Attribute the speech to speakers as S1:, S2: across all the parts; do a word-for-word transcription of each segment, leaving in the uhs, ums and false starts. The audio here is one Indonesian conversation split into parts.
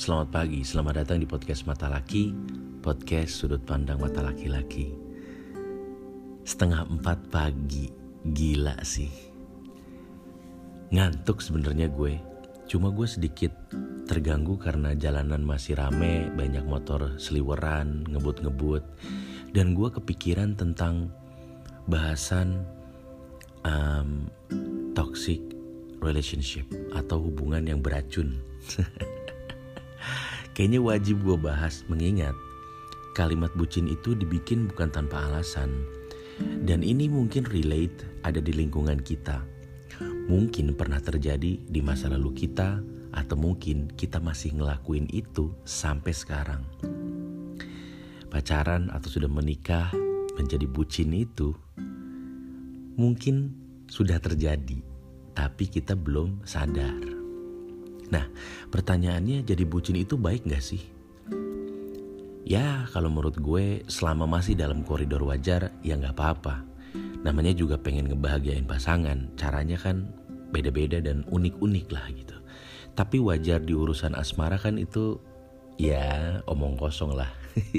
S1: selamat pagi, selamat datang di podcast Mata Laki, podcast sudut pandang mata laki-laki. Setengah empat pagi, gila sih. Ngantuk sebenarnya gue, cuma gue sedikit terganggu karena jalanan masih rame, banyak motor seliweran, ngebut-ngebut. Dan gue kepikiran tentang bahasan um, toxic relationship atau hubungan yang beracun. Kayaknya wajib gue bahas, mengingat kalimat bucin itu dibikin bukan tanpa alasan. Dan ini mungkin relate ada di lingkungan kita. Mungkin pernah terjadi di masa lalu kita, atau mungkin kita masih ngelakuin itu sampai sekarang. Pacaran atau sudah menikah menjadi bucin itu mungkin sudah terjadi, tapi kita belum sadar. Nah, pertanyaannya, jadi bucin itu baik gak sih? Ya, kalau menurut gue selama masih dalam koridor wajar, ya gak apa-apa. Namanya juga pengen ngebahagiain pasangan, caranya kan beda-beda dan unik-unik lah gitu. Tapi wajar di urusan asmara kan itu, ya omong kosong lah.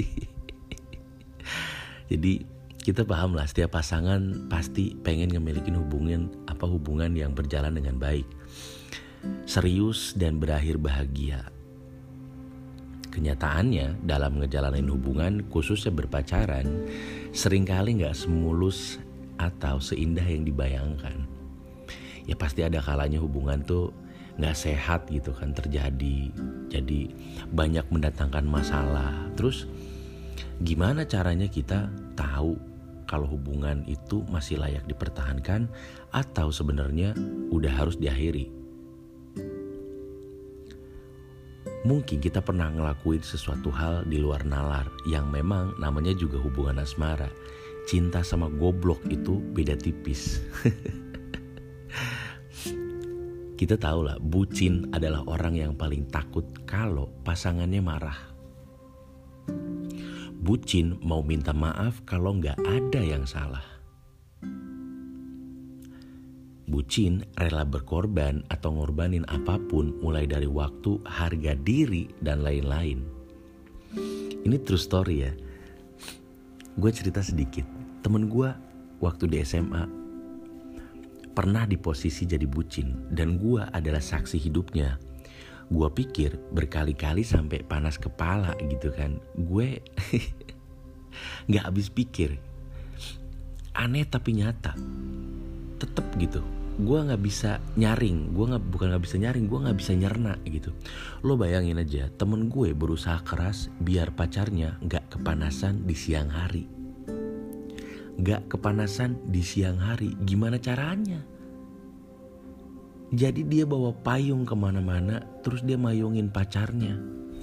S1: Jadi kita paham lah, setiap pasangan pasti pengen ngemilikin hubungan apa hubungan yang berjalan dengan baik, serius dan berakhir bahagia. Kenyataannya dalam ngejalanin hubungan, khususnya berpacaran, seringkali gak semulus atau seindah yang dibayangkan. Ya pasti ada kalanya hubungan tuh gak sehat gitu kan terjadi. Jadi banyak mendatangkan masalah. Terus gimana caranya kita tahu kalau hubungan itu masih layak dipertahankan atau sebenarnya udah harus diakhiri? Mungkin kita pernah ngelakuin sesuatu hal di luar nalar yang memang namanya juga hubungan asmara. Cinta sama goblok itu beda tipis. Kita tahu lah, bucin adalah orang yang paling takut kalau pasangannya marah. Bucin mau minta maaf kalau gak ada yang salah. Bucin rela berkorban atau ngorbanin apapun, mulai dari waktu, harga diri, dan lain-lain. Ini true story ya. Gue cerita sedikit. Temen gue waktu di S M A pernah di posisi jadi bucin, dan gue adalah saksi hidupnya. Gue pikir berkali-kali sampai panas kepala gitu kan. Gue gak habis pikir. Aneh tapi nyata. Tetep gitu, gue nggak bisa nyaring, gue nggak bukan nggak bisa nyaring, gue nggak bisa nyerna gitu. Lo bayangin aja, temen gue berusaha keras biar pacarnya nggak kepanasan di siang hari, nggak kepanasan di siang hari. Gimana caranya? Jadi dia bawa payung kemana-mana, terus dia mayungin pacarnya.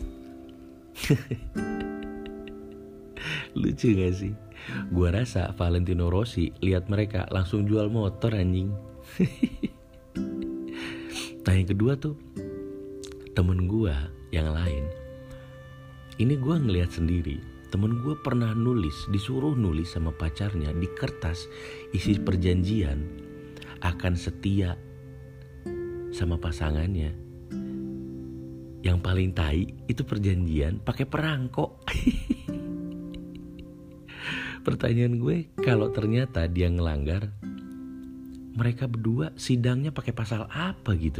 S1: Lucu gak sih? Gua rasa Valentino Rossi lihat mereka langsung jual motor anjing. Nah yang kedua tuh, temen gua yang lain. Ini gua ngelihat sendiri. Temen gua pernah nulis, disuruh nulis sama pacarnya di kertas isi perjanjian akan setia sama pasangannya. Yang paling tai itu perjanjian pakai perangko. Pertanyaan gue, kalau ternyata dia ngelanggar, mereka berdua sidangnya pakai pasal apa gitu?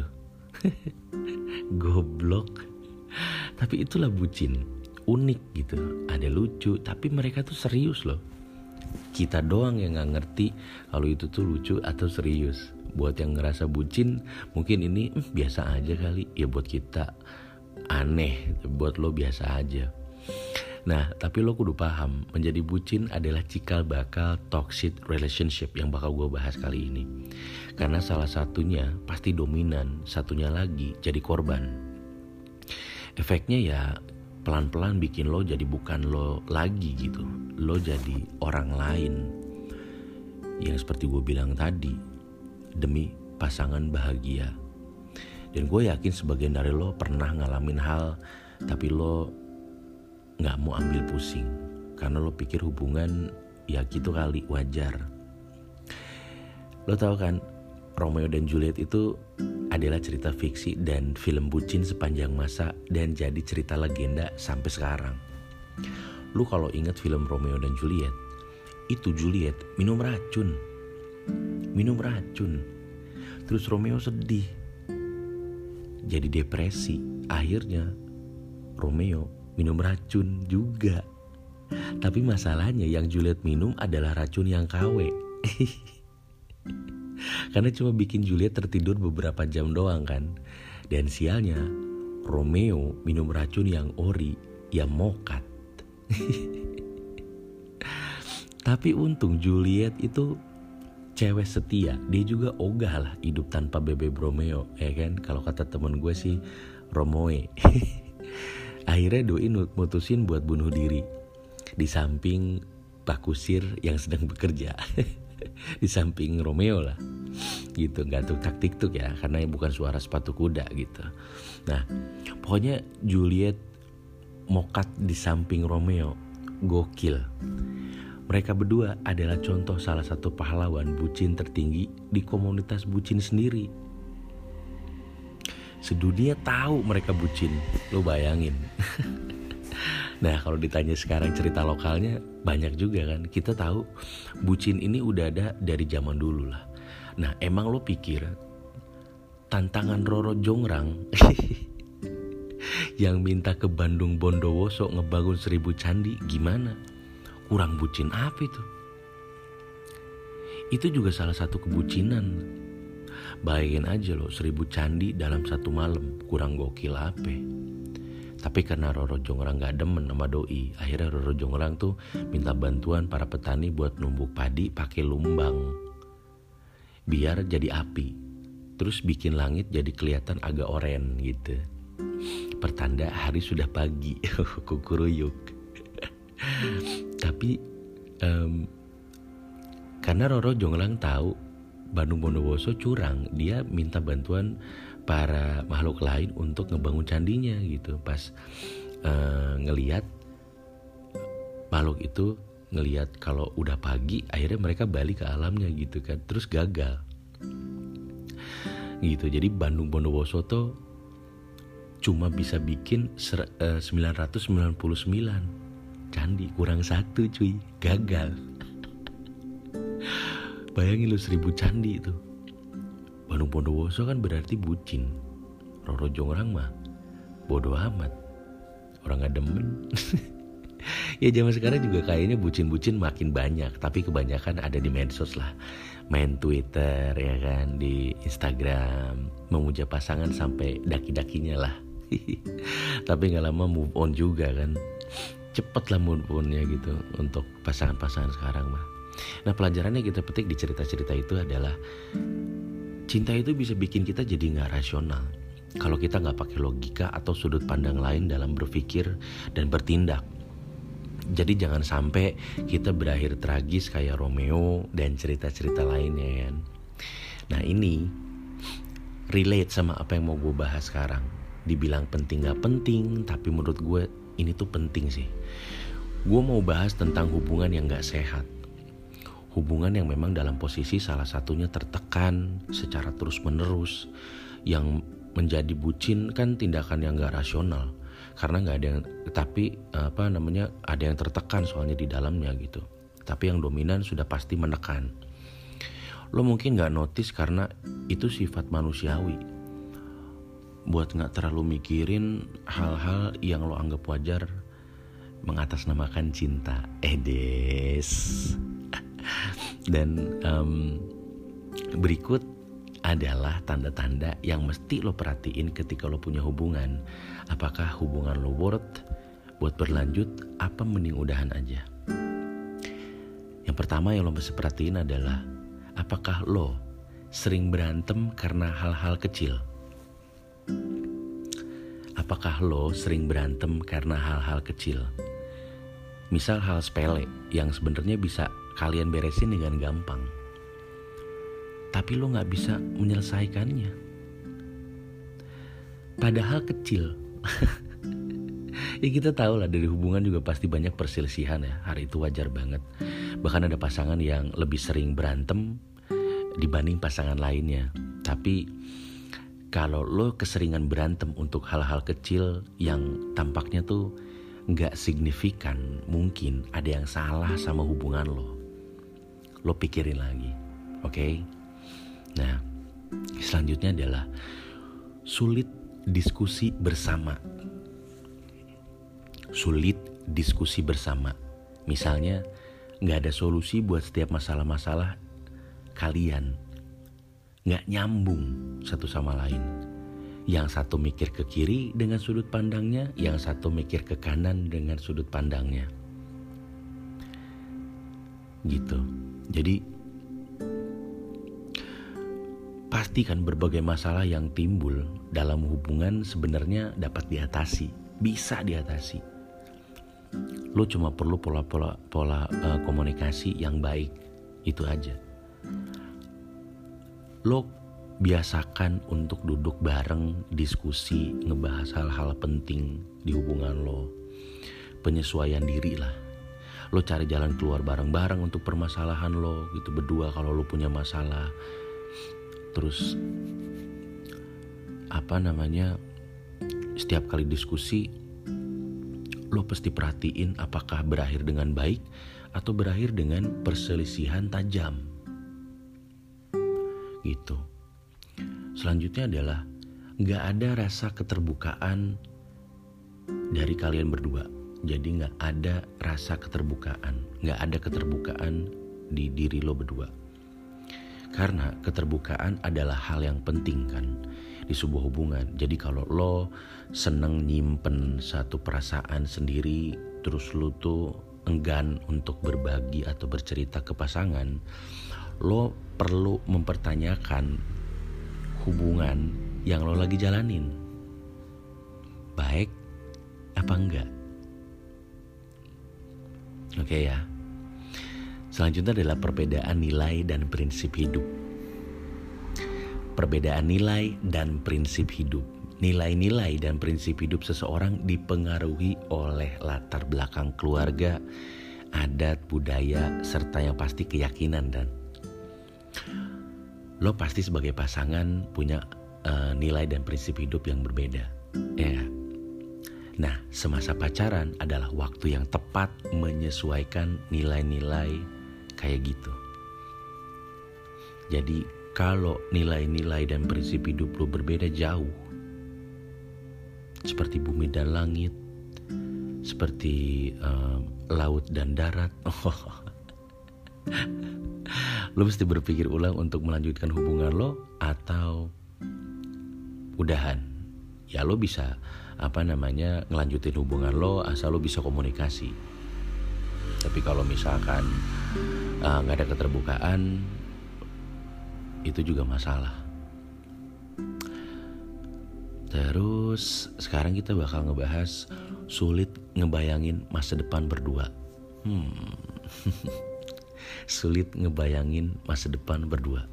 S1: Goblok. Tapi itulah bucin, unik gitu. Ada lucu, tapi mereka tuh serius loh. Kita doang yang gak ngerti kalau itu tuh lucu atau serius. Buat yang ngerasa bucin, mungkin ini hmm, biasa aja kali. Ya buat kita aneh, buat lo biasa aja. Nah, tapi lo kudu paham, menjadi bucin adalah cikal bakal toxic relationship yang bakal gue bahas kali ini. Karena salah satunya pasti dominan, satunya lagi jadi korban. Efeknya ya pelan-pelan bikin lo jadi bukan lo lagi gitu. Lo jadi orang lain. Yang seperti gue bilang tadi, demi pasangan bahagia. Dan gue yakin sebagian dari lo pernah ngalamin hal, tapi lo gak mau ambil pusing karena lo pikir hubungan ya gitu kali, wajar. Lo tahu kan, Romeo dan Juliet itu adalah cerita fiksi dan film bucin sepanjang masa dan jadi cerita legenda sampai sekarang. Lu kalau ingat film Romeo dan Juliet, itu Juliet minum racun. Minum racun. Terus Romeo sedih. Jadi depresi. Akhirnya Romeo minum racun juga. Tapi masalahnya yang Juliet minum adalah racun yang K W. Karena cuma bikin Juliet tertidur beberapa jam doang kan. Dan sialnya Romeo minum racun yang ori, yang mokat. Tapi untung Juliet itu cewek setia. Dia juga ogah lah hidup tanpa bebek Romeo, ya kan. Kalau kata temen gue sih Romoe. Akhirnya doi mutusin buat bunuh diri di samping Pak Kusir yang sedang bekerja. Di samping Romeo lah gitu, nggak tuh taktik tuh ya, karena bukan suara sepatu kuda gitu. Nah pokoknya Juliet mokat di samping Romeo, gokil. Mereka berdua adalah contoh salah satu pahlawan bucin tertinggi di komunitas bucin sendiri. Sedunia tahu mereka bucin, lo bayangin. Nah kalau ditanya sekarang cerita lokalnya banyak juga kan. Kita tahu bucin ini udah ada dari zaman dulu lah. Nah emang lo pikir tantangan Roro Jongrang yang minta ke Bandung Bondowoso ngebangun seribu candi gimana? Kurang bucin apa itu? Itu juga salah satu kebucinan. Bayangin aja lo, seribu candi dalam satu malam, kurang gokil apa? Tapi karena Roro Jongrang gak demen sama doi, akhirnya Roro Jongrang tuh minta bantuan para petani buat numbuk padi pakai lumbang biar jadi api. Terus bikin langit jadi kelihatan agak oren gitu. Pertanda hari sudah pagi. Kukuruyuk. Tapi um, karena Roro Jongrang tahu Bandung Bondowoso curang, dia minta bantuan para makhluk lain untuk ngebangun candinya gitu. Pas uh, ngelihat makhluk itu ngelihat kalau udah pagi, akhirnya mereka balik ke alamnya gitu kan. Terus gagal gitu. Jadi Bandung Bondowoso tuh cuma bisa bikin sembilan ratus sembilan puluh sembilan candi, kurang satu cuy, gagal. Bayangin lu seribu candi itu. Bandung Bondowoso kan berarti bucin. Roro Jongrang mah bodoh amat, orang gak demen. Ya zaman sekarang juga kayaknya bucin-bucin makin banyak, tapi kebanyakan ada di medsos lah. Main Twitter ya kan, di Instagram, memuja pasangan sampai daki-dakinya lah. Tapi gak lama move on juga kan. Cepet lah move onnya gitu untuk pasangan-pasangan sekarang mah. Nah pelajarannya kita petik di cerita-cerita itu adalah cinta itu bisa bikin kita jadi gak rasional kalau kita gak pakai logika atau sudut pandang lain dalam berpikir dan bertindak. Jadi jangan sampai kita berakhir tragis kayak Romeo dan cerita-cerita lainnya kan. Nah ini relate sama apa yang mau gue bahas sekarang. Dibilang penting gak penting, tapi menurut gue ini tuh penting sih. Gue mau bahas tentang hubungan yang gak sehat. Hubungan yang memang dalam posisi salah satunya tertekan secara terus-menerus. Yang menjadi bucin kan tindakan yang gak rasional. Karena gak ada yang, tapi apa namanya, ada yang tertekan soalnya di dalamnya gitu. Tapi yang dominan sudah pasti menekan. Lo mungkin gak notice karena itu sifat manusiawi. Buat gak terlalu mikirin hal-hal yang lo anggap wajar mengatasnamakan cinta. Eh des. Dan um, berikut adalah tanda-tanda yang mesti lo perhatiin ketika lo punya hubungan. Apakah hubungan lo worth buat berlanjut, apa mending udahan aja. Yang pertama yang lo mesti perhatiin adalah apakah lo sering berantem karena hal-hal kecil. Apakah lo sering berantem karena hal-hal kecil. Misal hal sepele yang sebenarnya bisa kalian beresin dengan gampang, tapi lo gak bisa menyelesaikannya. Padahal kecil. Ya kita tahu lah dari hubungan juga pasti banyak perselisihan ya. Hari itu wajar banget. Bahkan ada pasangan yang lebih sering berantem dibanding pasangan lainnya. Tapi kalau lo keseringan berantem untuk hal-hal kecil yang tampaknya tuh gak signifikan, mungkin ada yang salah sama hubungan lo. Lo pikirin lagi, oke? Okay? Nah, selanjutnya adalah sulit diskusi bersama. Sulit diskusi bersama. Misalnya, gak ada solusi buat setiap masalah-masalah kalian. Gak nyambung satu sama lain. Yang satu mikir ke kiri dengan sudut pandangnya, yang satu mikir ke kanan dengan sudut pandangnya. Gitu. Jadi, pastikan berbagai masalah yang timbul dalam hubungan sebenarnya dapat diatasi. Bisa diatasi. Lo cuma perlu pola-pola pola uh, komunikasi yang baik. Itu aja. Lo biasakan untuk duduk bareng, diskusi, ngebahas hal-hal penting di hubungan lo. Penyesuaian diri lah. Lo cari jalan keluar bareng-bareng untuk permasalahan lo gitu, berdua kalau lo punya masalah. Terus apa namanya, setiap kali diskusi lo pasti perhatiin apakah berakhir dengan baik atau berakhir dengan perselisihan tajam. Gitu. Selanjutnya adalah gak ada rasa keterbukaan dari kalian berdua. Jadi gak ada rasa keterbukaan, gak ada keterbukaan di diri lo berdua. Karena keterbukaan adalah hal yang penting kan di sebuah hubungan. Jadi kalau lo seneng nyimpen satu perasaan sendiri, terus lo tuh enggan untuk berbagi atau bercerita ke pasangan, lo perlu mempertanyakan hubungan yang lo lagi jalanin. Baik apa enggak? Oke ya. Selanjutnya adalah perbedaan nilai dan prinsip hidup. Perbedaan nilai dan prinsip hidup. Nilai-nilai dan prinsip hidup seseorang dipengaruhi oleh latar belakang keluarga, adat, budaya, serta yang pasti keyakinan. Dan lo pasti sebagai pasangan punya uh, nilai dan prinsip hidup yang berbeda, ya. Nah, semasa pacaran adalah waktu yang tepat menyesuaikan nilai-nilai kayak gitu. Jadi kalau nilai-nilai dan prinsip hidup lo berbeda jauh, seperti bumi dan langit, seperti uh, laut dan darat, lo mesti berpikir ulang untuk melanjutkan hubungan lo atau udahan. Ya lo bisa apa namanya ngelanjutin hubungan lo asal lo bisa komunikasi. Tapi kalau misalkan uh, gak ada keterbukaan, itu juga masalah. Terus sekarang kita bakal ngebahas sulit ngebayangin masa depan berdua. Hmm. Sulit ngebayangin masa depan berdua.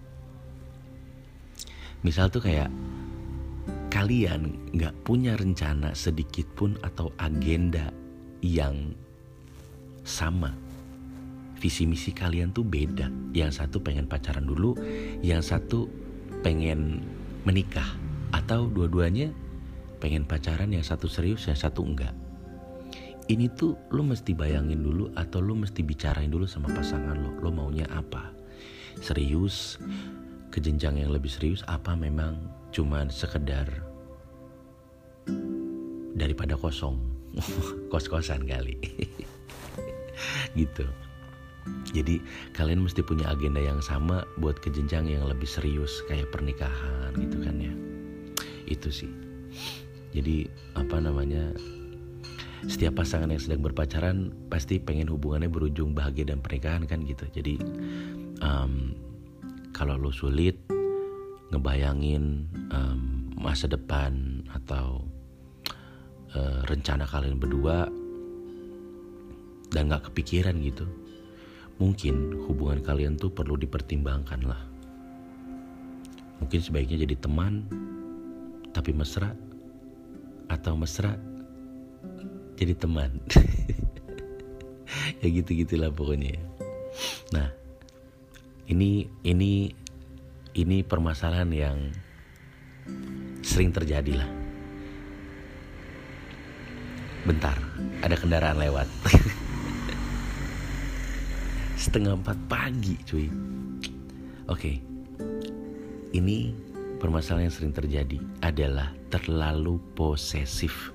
S1: Misal tuh kayak kalian gak punya rencana sedikit pun atau agenda yang sama. Visi misi kalian tuh beda. Yang satu pengen pacaran dulu, yang satu pengen menikah. Atau dua-duanya pengen pacaran, yang satu serius, yang satu enggak. Ini tuh lo mesti bayangin dulu atau lo mesti bicarain dulu sama pasangan lo. Lo maunya apa? Serius, ke jenjang yang lebih serius, apa memang cuman sekedar daripada kosong, kos-kosan kali. Gitu. Jadi kalian mesti punya agenda yang sama buat ke jenjang yang lebih serius kayak pernikahan gitu kan ya. Itu sih. Jadi apa namanya, setiap pasangan yang sedang berpacaran pasti pengen hubungannya berujung bahagia dan pernikahan kan gitu. Jadi um, kalau lo sulit ngebayangin um, masa depan atau uh, rencana kalian berdua dan gak kepikiran gitu, mungkin hubungan kalian tuh perlu dipertimbangkan lah. Mungkin sebaiknya jadi teman tapi mesra, atau mesra jadi teman. Ya gitu-gitulah pokoknya. Nah, Ini ini ini permasalahan yang sering terjadi lah. Bentar, ada kendaraan lewat. Setengah empat pagi cuy. Oke, ini permasalahan yang sering terjadi adalah terlalu posesif.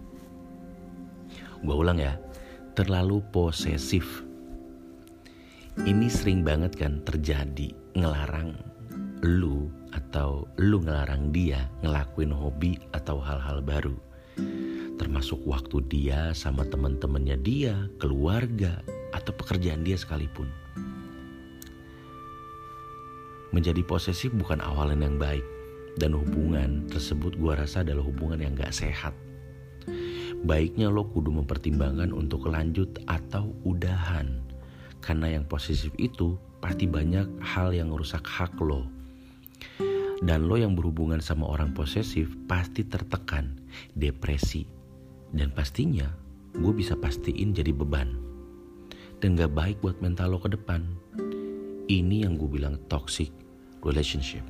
S1: Gue ulang ya, terlalu posesif. Ini sering banget kan terjadi, ngelarang lu atau lu ngelarang dia ngelakuin hobi atau hal-hal baru. Termasuk waktu dia sama teman-temannya dia, keluarga, atau pekerjaan dia sekalipun. Menjadi posesif bukan awalan yang baik. Dan hubungan tersebut gua rasa adalah hubungan yang gak sehat. Baiknya lo kudu mempertimbangkan untuk lanjut atau udahan. Karena yang posesif itu pasti banyak hal yang merusak hak lo. Dan lo yang berhubungan sama orang posesif pasti tertekan, depresi. Dan pastinya gue bisa pastiin jadi beban. Dan gak baik buat mental lo ke depan. Ini yang gue bilang toxic relationship.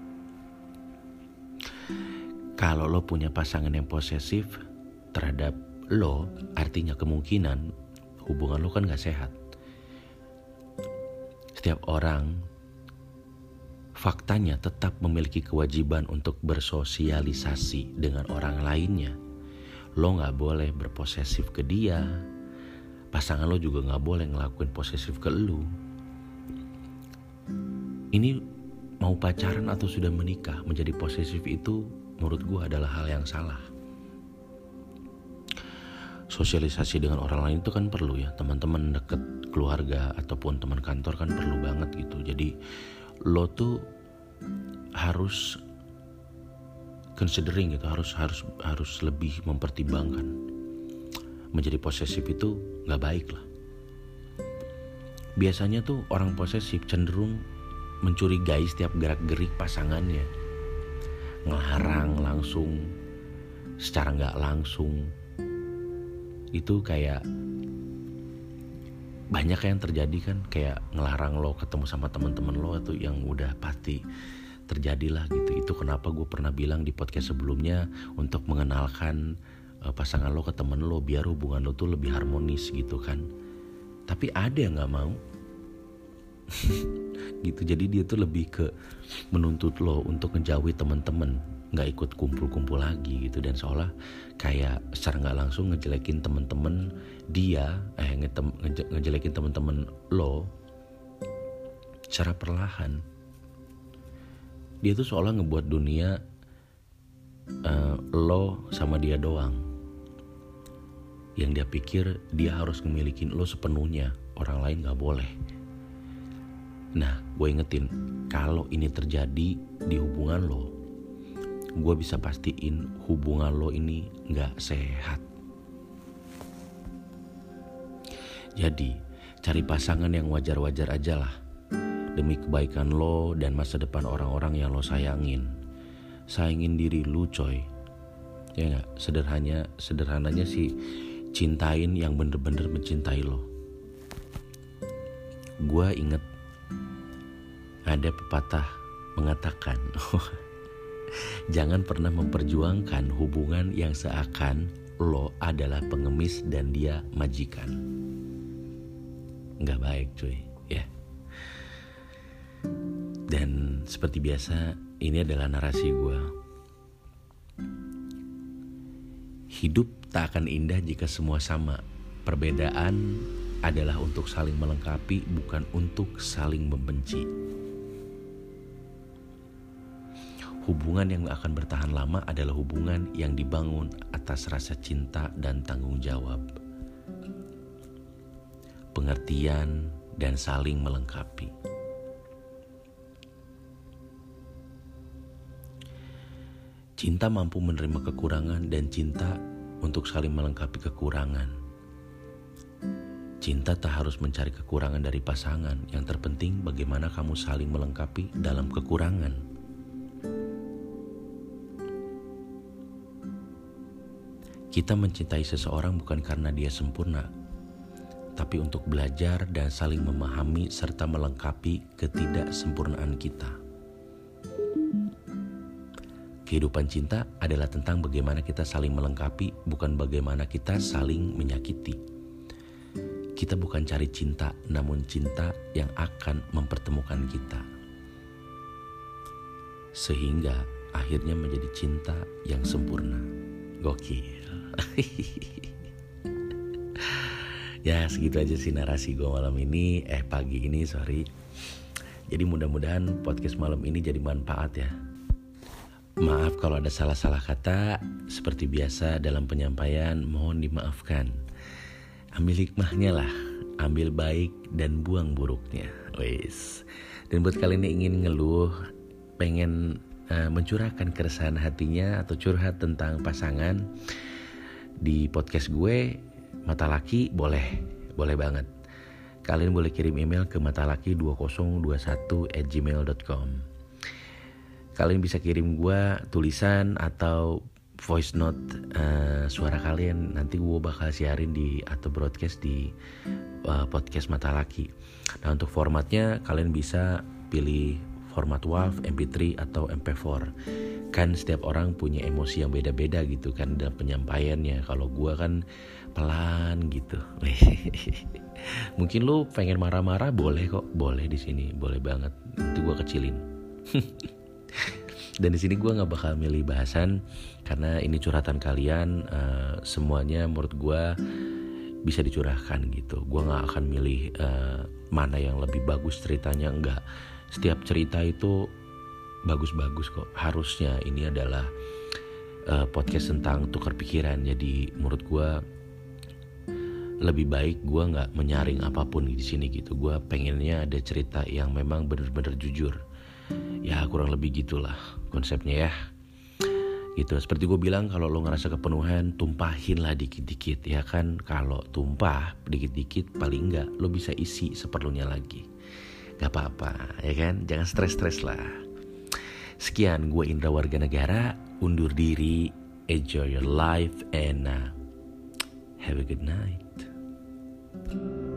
S1: Kalau lo punya pasangan yang posesif terhadap lo, artinya kemungkinan hubungan lo kan gak sehat. Setiap orang faktanya tetap memiliki kewajiban untuk bersosialisasi dengan orang lainnya. Lo gak boleh berposesif ke dia. Pasangan lo juga gak boleh ngelakuin posesif ke lo. Ini mau pacaran atau sudah menikah, menjadi posesif itu menurut gue adalah hal yang salah. Sosialisasi dengan orang lain itu kan perlu ya. Teman-teman deket, keluarga, ataupun teman kantor kan perlu banget gitu. Jadi lo tuh harus considering gitu, harus harus harus lebih mempertimbangkan. Menjadi posesif itu gak baik lah. Biasanya tuh orang posesif cenderung mencurigai setiap gerak-gerik pasangannya. Ngelarang langsung, secara gak langsung. Itu kayak banyak yang terjadi kan, kayak ngelarang lo ketemu sama teman-teman lo itu yang udah pasti terjadilah gitu. Itu kenapa gue pernah bilang di podcast sebelumnya untuk mengenalkan uh, pasangan lo ke temen lo biar hubungan lo tuh lebih harmonis gitu kan. Tapi ada yang nggak mau gitu. Jadi dia tuh lebih ke menuntut lo untuk ngejauhi teman-teman, nggak ikut kumpul-kumpul lagi gitu. Dan seolah kayak secara nggak langsung ngejelekin teman-teman dia, eh nge- nge- ngejelekin teman-teman lo secara perlahan. Dia tuh seolah ngebuat dunia uh, lo sama dia doang. Yang dia pikir dia harus ngemilikin lo sepenuhnya, orang lain nggak boleh. Nah, gue ingetin, kalau ini terjadi di hubungan lo, gue bisa pastiin hubungan lo ini gak sehat. Jadi, cari pasangan yang wajar-wajar aja lah. Demi kebaikan lo dan masa depan orang-orang yang lo sayangin. Sayangin diri lo coy. Ya gak? Sederhananya, sederhananya sih, cintain yang bener-bener mencintai lo. Gue inget ada pepatah mengatakan, jangan pernah memperjuangkan hubungan yang seakan lo adalah pengemis dan dia majikan. Nggak baik cuy, ya. Dan seperti biasa, ini adalah narasi gue. Hidup tak akan indah jika semua sama. Perbedaan adalah untuk saling melengkapi, bukan untuk saling membenci. Hubungan yang akan bertahan lama adalah hubungan yang dibangun atas rasa cinta dan tanggung jawab, pengertian, dan saling melengkapi. Cinta mampu menerima kekurangan dan cinta untuk saling melengkapi kekurangan. Cinta tak harus mencari kekurangan dari pasangan. Yang terpenting bagaimana kamu saling melengkapi dalam kekurangan. Kita mencintai seseorang bukan karena dia sempurna, tapi untuk belajar dan saling memahami serta melengkapi ketidaksempurnaan kita. Kehidupan cinta adalah tentang bagaimana kita saling melengkapi, bukan bagaimana kita saling menyakiti. Kita bukan cari cinta, namun cinta yang akan mempertemukan kita. Sehingga akhirnya menjadi cinta yang sempurna. Gokil. Ya segitu aja sih narasi gue malam ini. Eh pagi ini sorry. Jadi mudah-mudahan podcast malam ini jadi manfaat ya. Maaf kalau ada salah-salah kata. Seperti biasa dalam penyampaian mohon dimaafkan. Ambil hikmahnya lah. Ambil baik dan buang buruknya. Wes. Dan buat kalian yang ingin ngeluh, pengen uh, mencurahkan keresahan hatinya atau curhat tentang pasangan, di podcast gue Mata Laki boleh, boleh banget. Kalian boleh kirim email ke matalaki dua nol dua satu at gmail dot com. Kalian bisa kirim gue tulisan atau voice note uh, suara kalian. Nanti gue bakal siarin di atau broadcast di uh, podcast Mata Laki. Nah untuk formatnya kalian bisa pilih format WAV, M P tiga atau M P empat. Kan setiap orang punya emosi yang beda-beda gitu kan dalam penyampaiannya. Kalau gue kan pelan gitu. Mungkin lu pengen marah-marah boleh kok, boleh di sini, boleh banget. Itu gue kecilin. Dan di sini gue nggak bakal milih bahasan karena ini curhatan kalian. Uh, semuanya menurut gue bisa dicurahkan gitu. Gue nggak akan milih uh, mana yang lebih bagus ceritanya, enggak. Setiap cerita itu bagus-bagus kok. Harusnya ini adalah uh, podcast tentang tukar pikiran. Jadi menurut gue lebih baik gue nggak menyaring apapun di sini gitu. Gue pengennya ada cerita yang memang benar-benar jujur. Ya kurang lebih gitulah konsepnya ya. Gitu. Seperti gue bilang, kalau lo ngerasa kepenuhan, tumpahin lah dikit-dikit ya kan. Kalau tumpah dikit-dikit, paling nggak lo bisa isi seperlunya lagi. Gak apa-apa ya kan. Jangan stres-stres lah. Sekian, gue Indra Warga Negara, undur diri, enjoy your life and uh, have a good night.